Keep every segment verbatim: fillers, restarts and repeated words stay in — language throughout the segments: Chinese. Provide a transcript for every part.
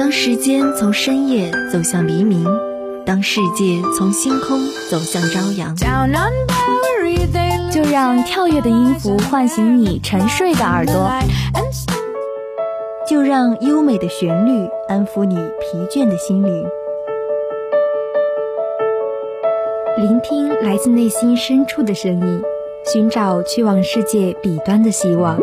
当时间从深夜走向黎明，当世界从星空走向朝阳， 就让跳跃的音符唤醒你沉睡的耳朵， 就让优美的旋律安抚你疲倦的心灵。 聆听来自内心深处的声音，寻找去往世界彼端的希望。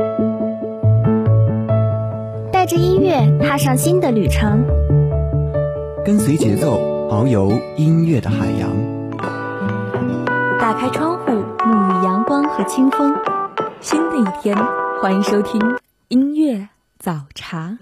带着音乐踏上新的旅程， 跟随节奏遨游音乐的海洋。 打开窗户，沐浴阳光和清风。新的一天，欢迎收听音乐早茶。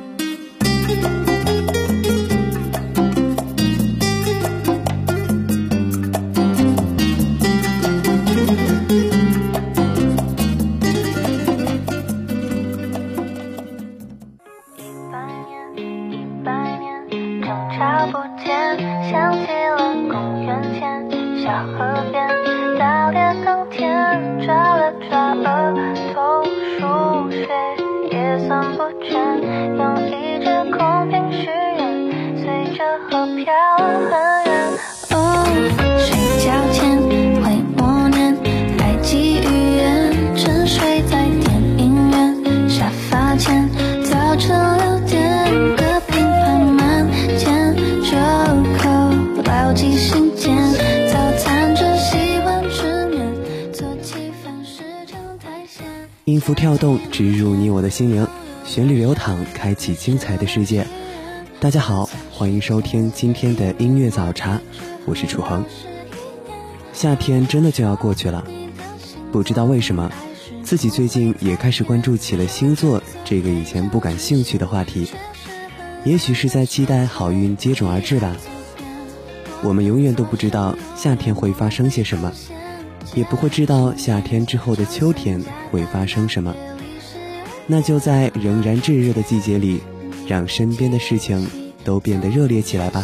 音符跳动，植入你我的心灵，旋律流淌，开启精彩的世界。大家好，欢迎收听今天的音乐早茶，我是楚恒。夏天真的就要过去了，不知道为什么，自己最近也开始关注起了星座这个以前不感兴趣的话题。也许是在期待好运接踵而至吧。我们永远都不知道夏天会发生些什么，也不会知道夏天之后的秋天会发生什么。那就在仍然炙热的季节里，让身边的事情都变得热烈起来吧。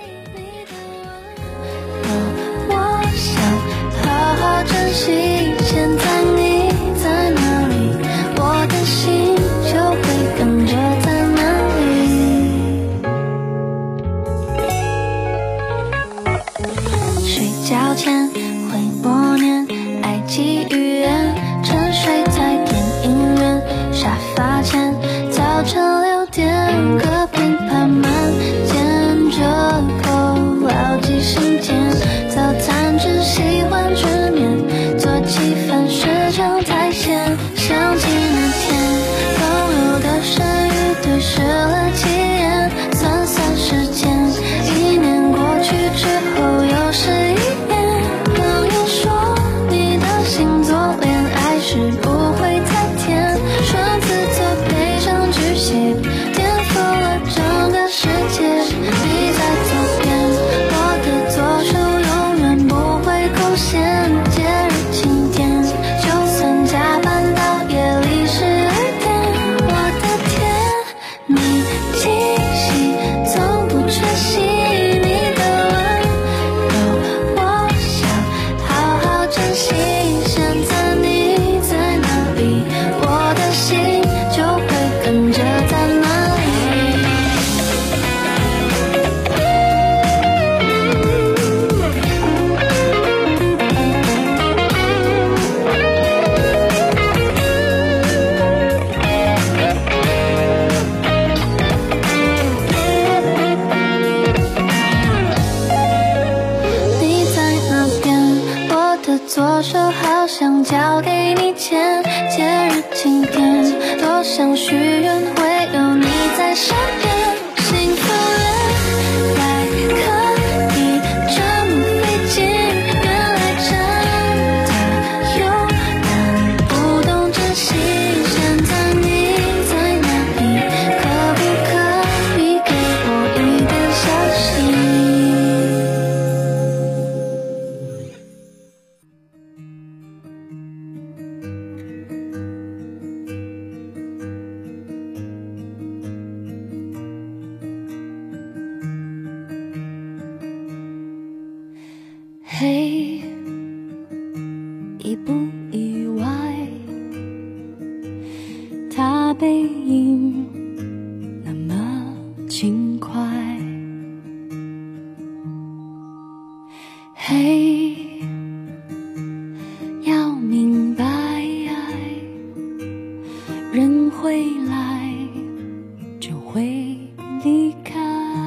我想好好珍惜现在你在哪里，我的心就会跟着在哪里。睡觉前会默念爱寄语言，沉睡在电影院沙发前，早晨六点歌频繁满肩折扣牢记心间，早餐只喜欢吃面，做几份市场苔藓，想起那天朋友的生日对视了几眼，算算时间，一年过去之后又是一年。朋友说你的星座恋爱是不会太甜，双子座配上巨蟹，颠覆了整个世界。你在左边，我的左手永远不会空闲，节日庆典，就算加班到夜里十二点。我的天，你气息从不缺席，你的温柔我想好好珍惜，现在你在哪里，我的心就会跟着在哪里。你在那边，我的左手好想交给你牵，节日庆典，多想许愿会有你在身边，幸福原来可以这么费劲，原来真的有难不懂珍惜，现在你在哪里，可不可以给我一点消息。嘿，意不意外？他背影那么人回来就会离开。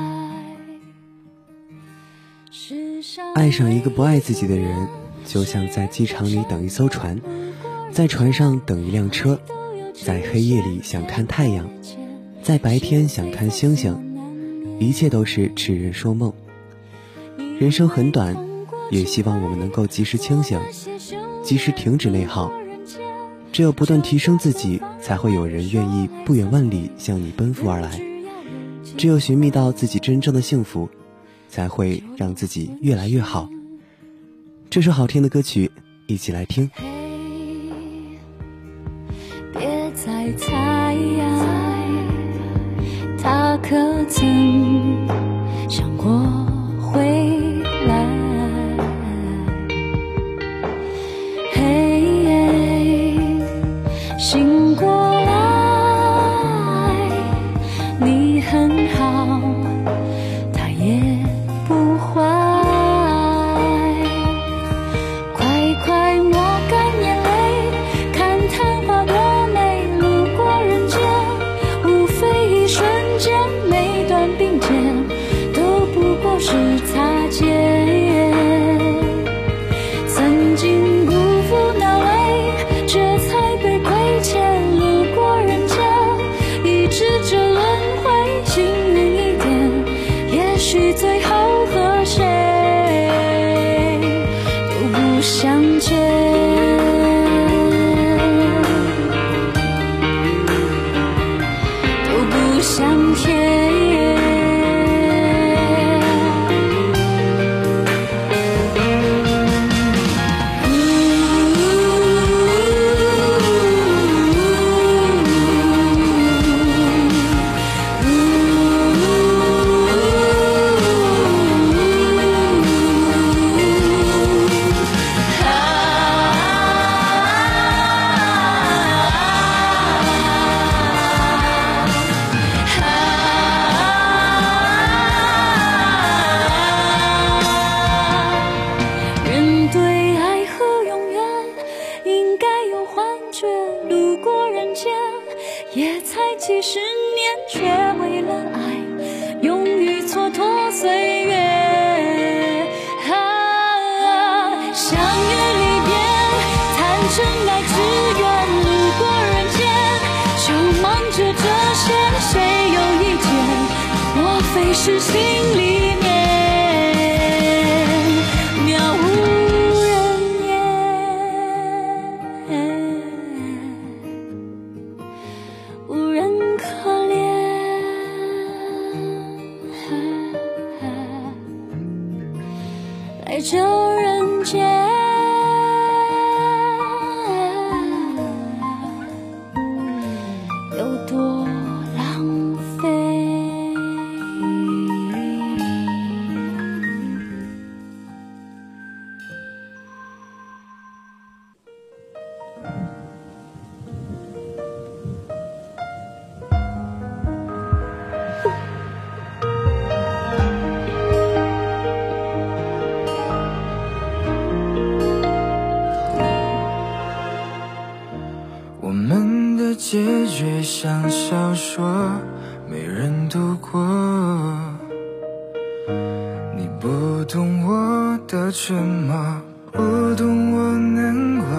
爱上一个不爱自己的人，就像在机场里等一艘船，在船上等一辆车，在黑夜里想看太阳，在白天想看星星，一切都是痴人说梦。人生很短，也希望我们能够及时清醒，及时停止内耗。只有不断提升自己，才会有人愿意不远万里向你奔赴而来。只有寻觅到自己真正的幸福，才会让自己越来越好。这首好听的歌曲，一起来听。 别再猜，他可曾想过回来？嘿，醒过来，你很好，他也不坏。快快抹干眼泪，看昙花多美，路过人间，无非一瞬间，每段并肩都不过是擦肩。曾经辜负那位，这才被亏欠，路过人间，一直这轮回，幸运一点，也许最后和谁都不相欠，都不相欠。也才几十年，却为了爱勇于蹉跎岁月。啊，相遇离别，谈真爱只愿路过人间，就忙着这些，谁有意见？莫非是心里面渺无人烟，无人可怜，来这人间有多浪费。 我们的结局像小说，没人读过。你不懂我的沉默，不懂我难过，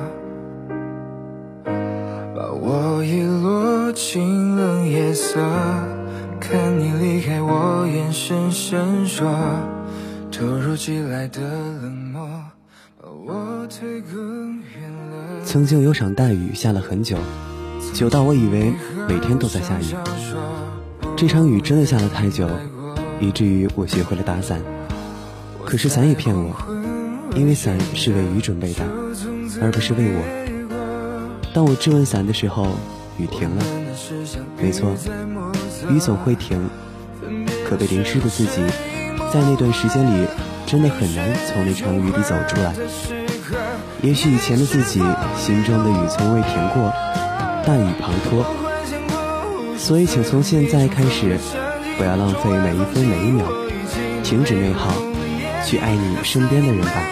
把我遗落进冷夜色，看你离开我，眼神闪烁，突如其来的冷漠，把我推更远了。 曾经有场大雨下了很久，久到我以为每天都在下雨。这场雨真的下了太久，以至于我学会了打伞。可是伞也骗我，因为伞是为雨准备的，而不是为我。当我质问伞的时候，雨停了。没错，雨总会停，可被淋湿的自己，在那段时间里真的很难从那场雨里走出来。也许以前的自己心中的雨从未停过，大雨滂沱。所以请从现在开始，不要浪费每一分每一秒，停止内耗，去爱你身边的人吧。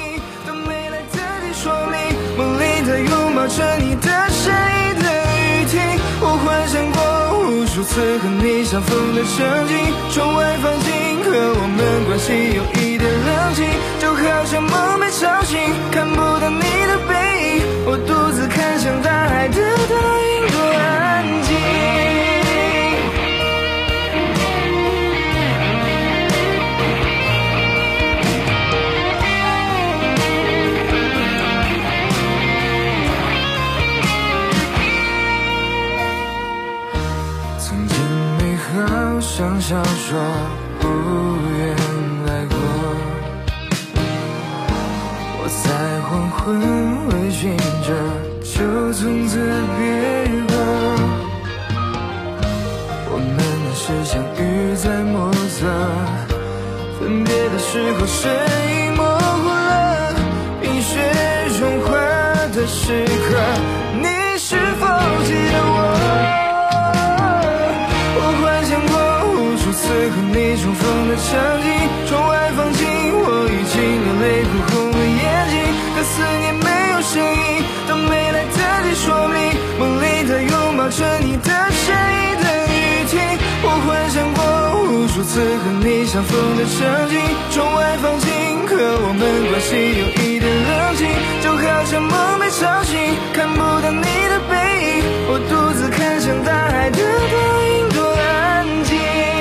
梦里的拥抱着你的声音的雨次和你相逢的场景，窗外放晴，和我们关系有一点冷清，就好像梦被吵醒，看不到你的背影，我独自看向大海的倒影，多安静。曾经美好像小说，不愿来过，我在黄昏微醺着，就从此别过。我们那时相遇在暮色，分别的时候身影模糊了，冰雪融化的时刻，你是否记得我？和你重逢的场景，窗外放晴，我已经流泪哭红了眼睛，可思念没有声音，都没来得及说明，梦里它拥抱着你的身影等雨停。我幻想过无数次和你相逢的场景，窗外放晴，和我们关系有一点冷清，就好像梦被吵醒，看不到你的背影，我独自看向大海的倒影，多安静。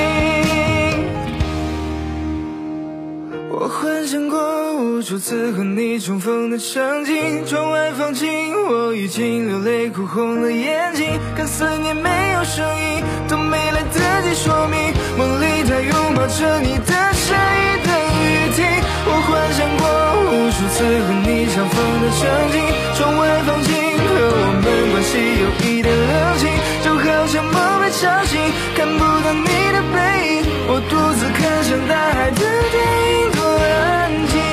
我幻想过无数次和你重逢的场景，窗外放晴，我已经流泪哭红了眼睛，可思念没有声音，都没来得及说明，梦里它拥抱着你的身影等雨停。我幻想过无数次和你相逢的场景，窗外放晴，和我们关系有一点冷清，就好像梦被吵醒，看不到你的背影，我独自看向大海的倒影，多安静。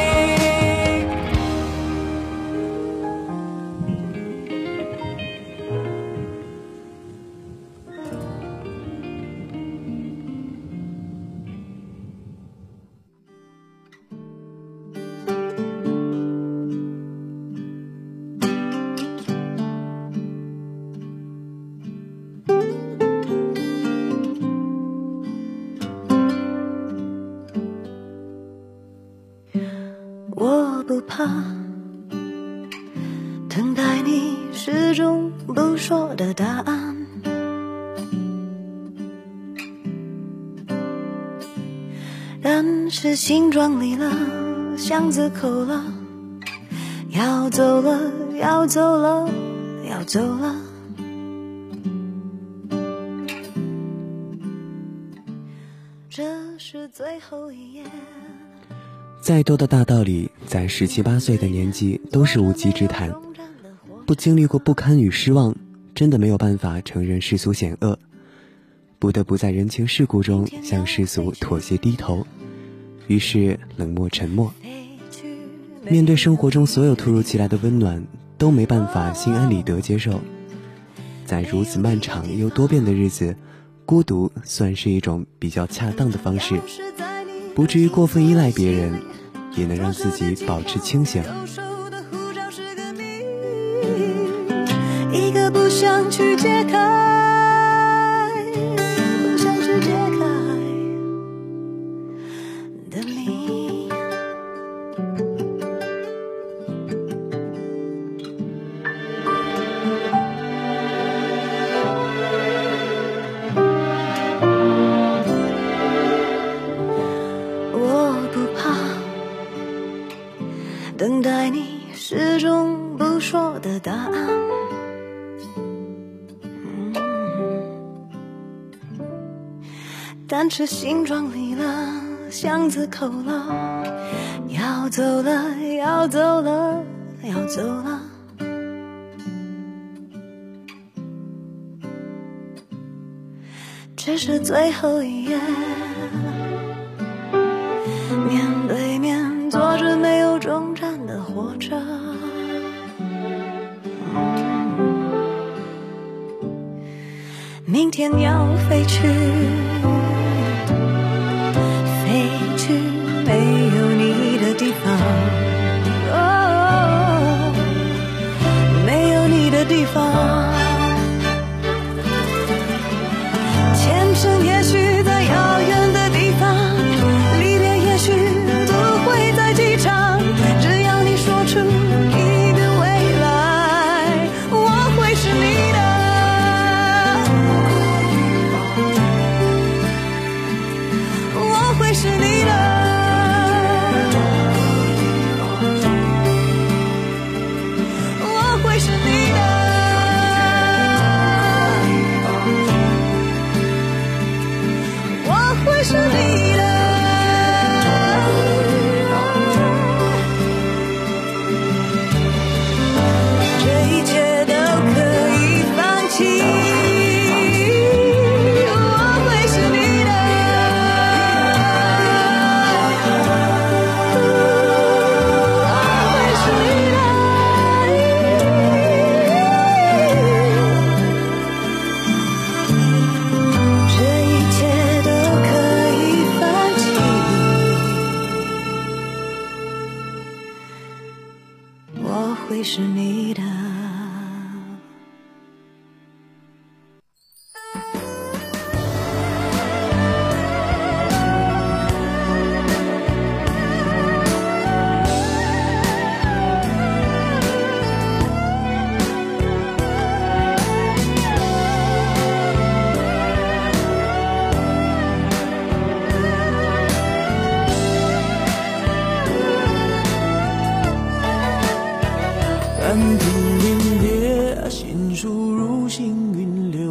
我不怕等待你始终不说的答案，但是心装离了，箱子扣了，要走了，要走了，要走了。这是最后一页。 再多的大道理，在十七八岁的年纪都是无稽之谈。不经历过不堪与失望，真的没有办法承认世俗险恶，不得不在人情世故中向世俗妥协低头，于是冷漠沉默。面对生活中所有突如其来的温暖，都没办法心安理得接受。在如此漫长又多变的日子，孤独算是一种比较恰当的方式，不至于过分依赖别人，也能让自己保持清醒。 一个不想去解开，不想去解开的谜。我不怕等待你始终不说的答案，但是心装离了，箱子扣了，要走了，要走了，要走了。这是最后一页，面对面坐着没有终站的火车，明天要飞去，飞去没有你的地方，哦，没有你的地方。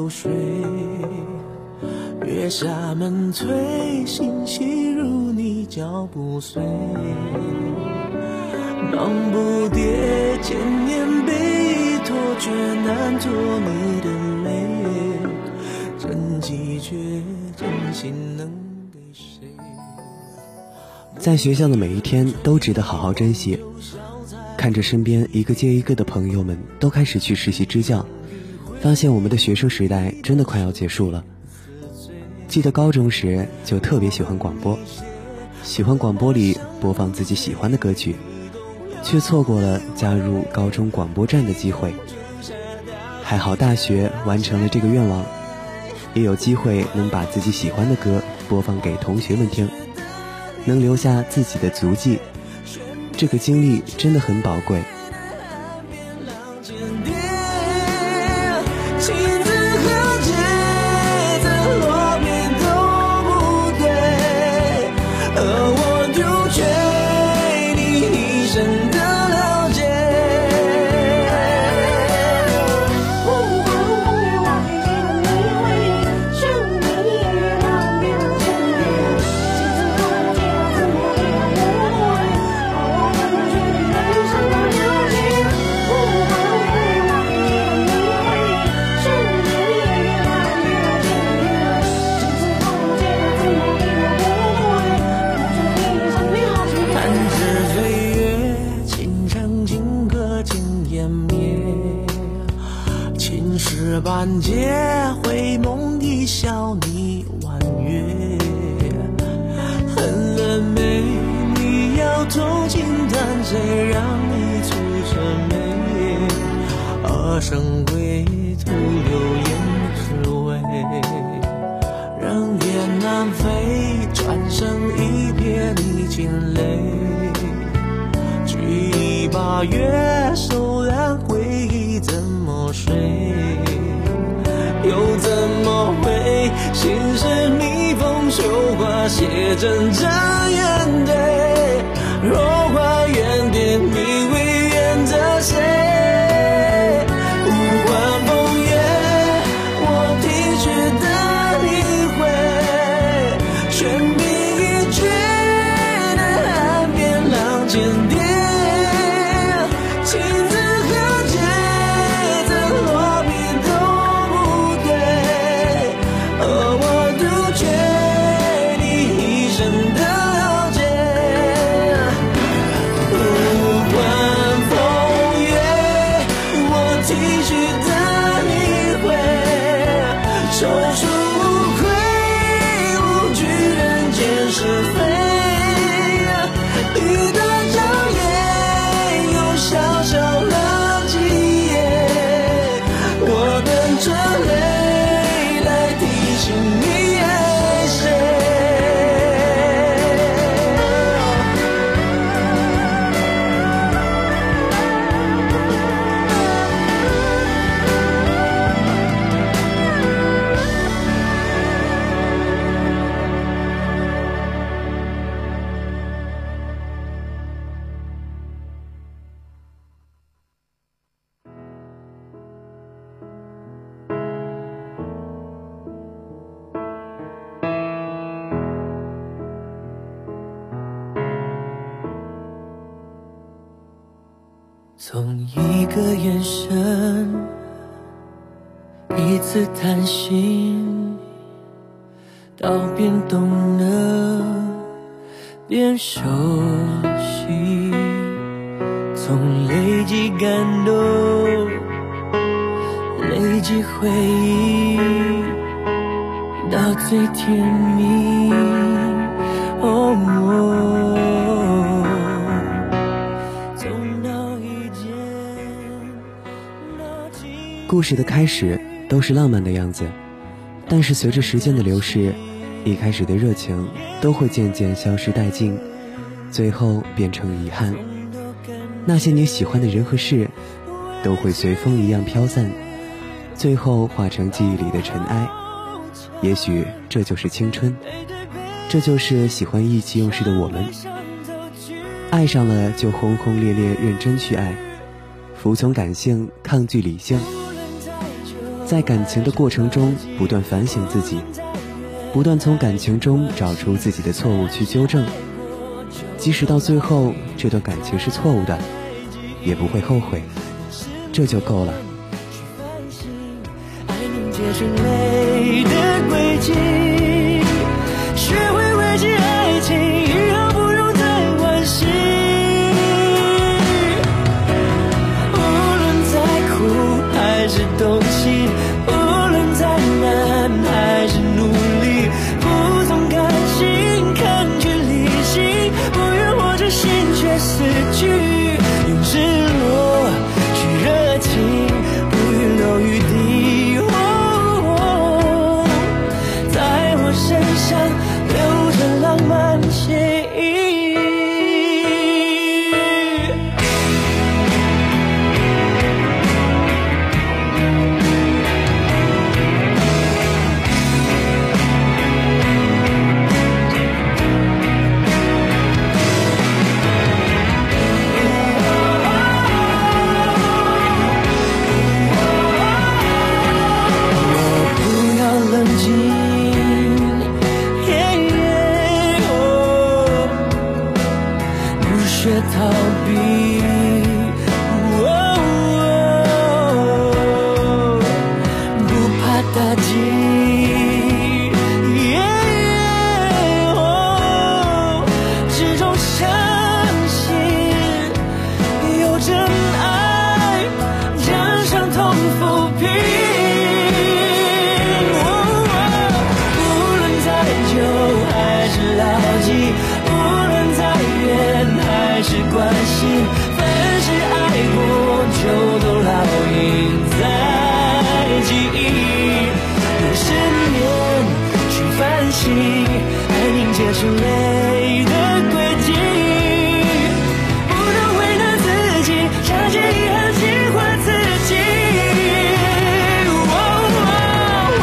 睡，月下门推，心细如你脚步碎，忙不迭，千年被托，却难托你的泪，真迹绝，真心能给谁？ 在学校的每一天都值得好好珍惜，看着身边一个接一个的朋友们都开始去实习支教，发现我们的学生时代真的快要结束了。记得高中时就特别喜欢广播，喜欢广播里播放自己喜欢的歌曲，却错过了加入高中广播站的机会。还好大学完成了这个愿望，也有机会能把自己喜欢的歌播放给同学们听，能留下自己的足迹，这个经历真的很宝贵。 半截回梦一笑你婉约，恨了没？你要偷情，但谁让你蹙着眉？二生归，徒留胭脂味，人雁南飞，转身一瞥你惊泪，举一把月，手染回忆怎么睡？又怎么会？心事蜜蜂绣花，写真这眼对。若花原点，你会愿着谁？无关风月，我听觉的理会，全凭一句的岸边浪尖跌。 从一个眼神，一次谈心，到变懂了，变熟悉，从累积感动，累积回忆，到最甜蜜。哦哦故事的开始都是浪漫的样子，但是随着时间的流逝，一开始的热情都会渐渐消失殆尽，最后变成遗憾。那些你喜欢的人和事都会随风一样飘散，最后化成记忆里的尘埃。也许这就是青春，这就是喜欢意气用事的我们。爱上了就轰轰烈烈认真去爱，服从感性，抗拒理性。 在感情的过程中不断反省自己，不断从感情中找出自己的错误去纠正，即使到最后这段感情是错误的，也不会后悔，这就够了。 爱能接近美的轨迹，学会维系爱情，以后不用再惋惜。无论再苦还是动心，无论再难还是努力，不从感性抗拒理性，不愿活着心却死去，用失落去热情，不预留余地，哦，在我身上留着浪漫写意。逃避，哦哦，不怕打击，哦，始终相信有真爱将伤痛抚平，哦，无论再久还是牢记，无论再远还是关心，凡是爱过就都烙印在记忆，用十年去反省，爱凝结成泪的轨迹，不能为难自己，察觉遗憾喜欢自己，哦哦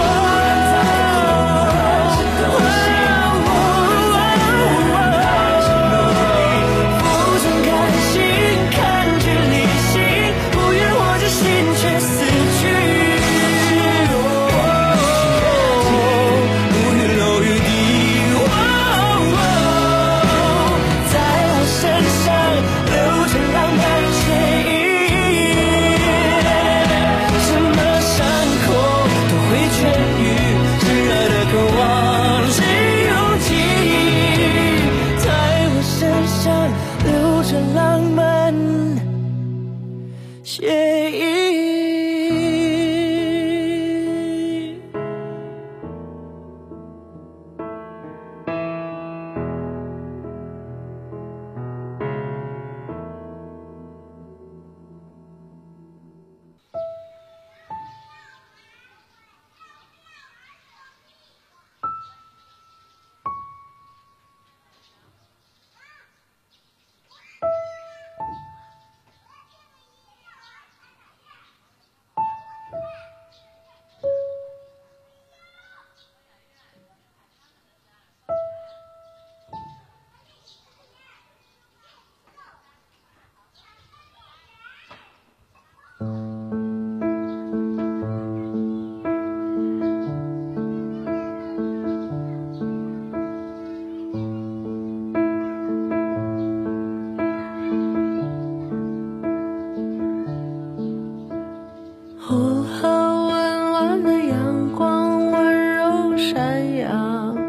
午后温暖的阳光温柔闪耀，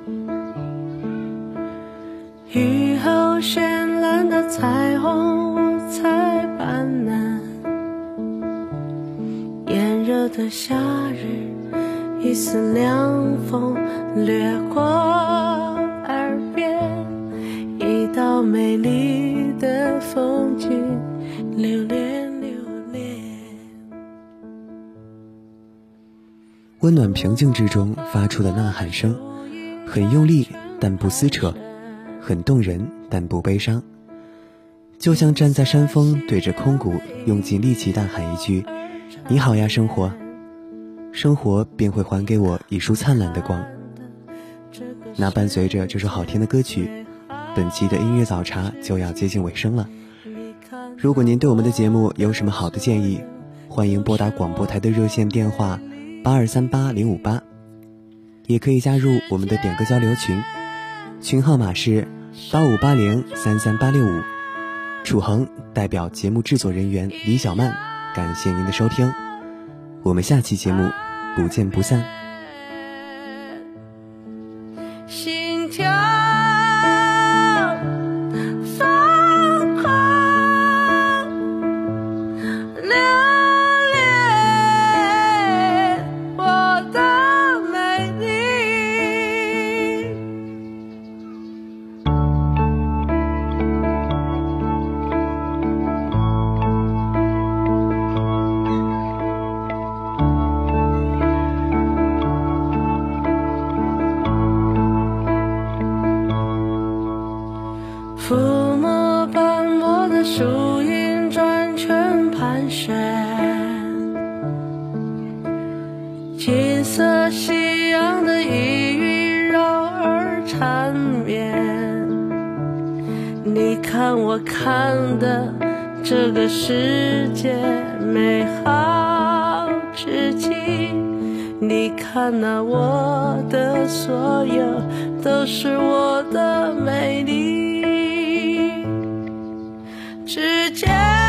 雨后绚烂的彩虹五彩斑斓，炎热的夏日，一丝凉风掠过耳边，一道美丽的风景留恋留恋。 温暖平静之中发出的呐喊声，很用力但不撕扯，很动人但不悲伤，就像站在山峰对着空谷用尽力气大喊一句你好呀生活，生活便会还给我一束灿烂的光。那伴随着这首好听的歌曲，本期的音乐早茶就要接近尾声了。如果您对我们的节目有什么好的建议，欢迎拨打广播台的热线电话八二三八零五八，也可以加入我们的点歌交流群，群号码是八五八零三三八六五。楚恒代表节目制作人员李小曼，感谢您的收听，我们下期节目不见不散。 心跳放狂，留恋我的美丽。抚摸斑驳的树荫，转圈盘旋，金色夕阳的一语绕耳缠绵。你看我看的这个世界美好至极，你看那我的所有都是我的美丽。之间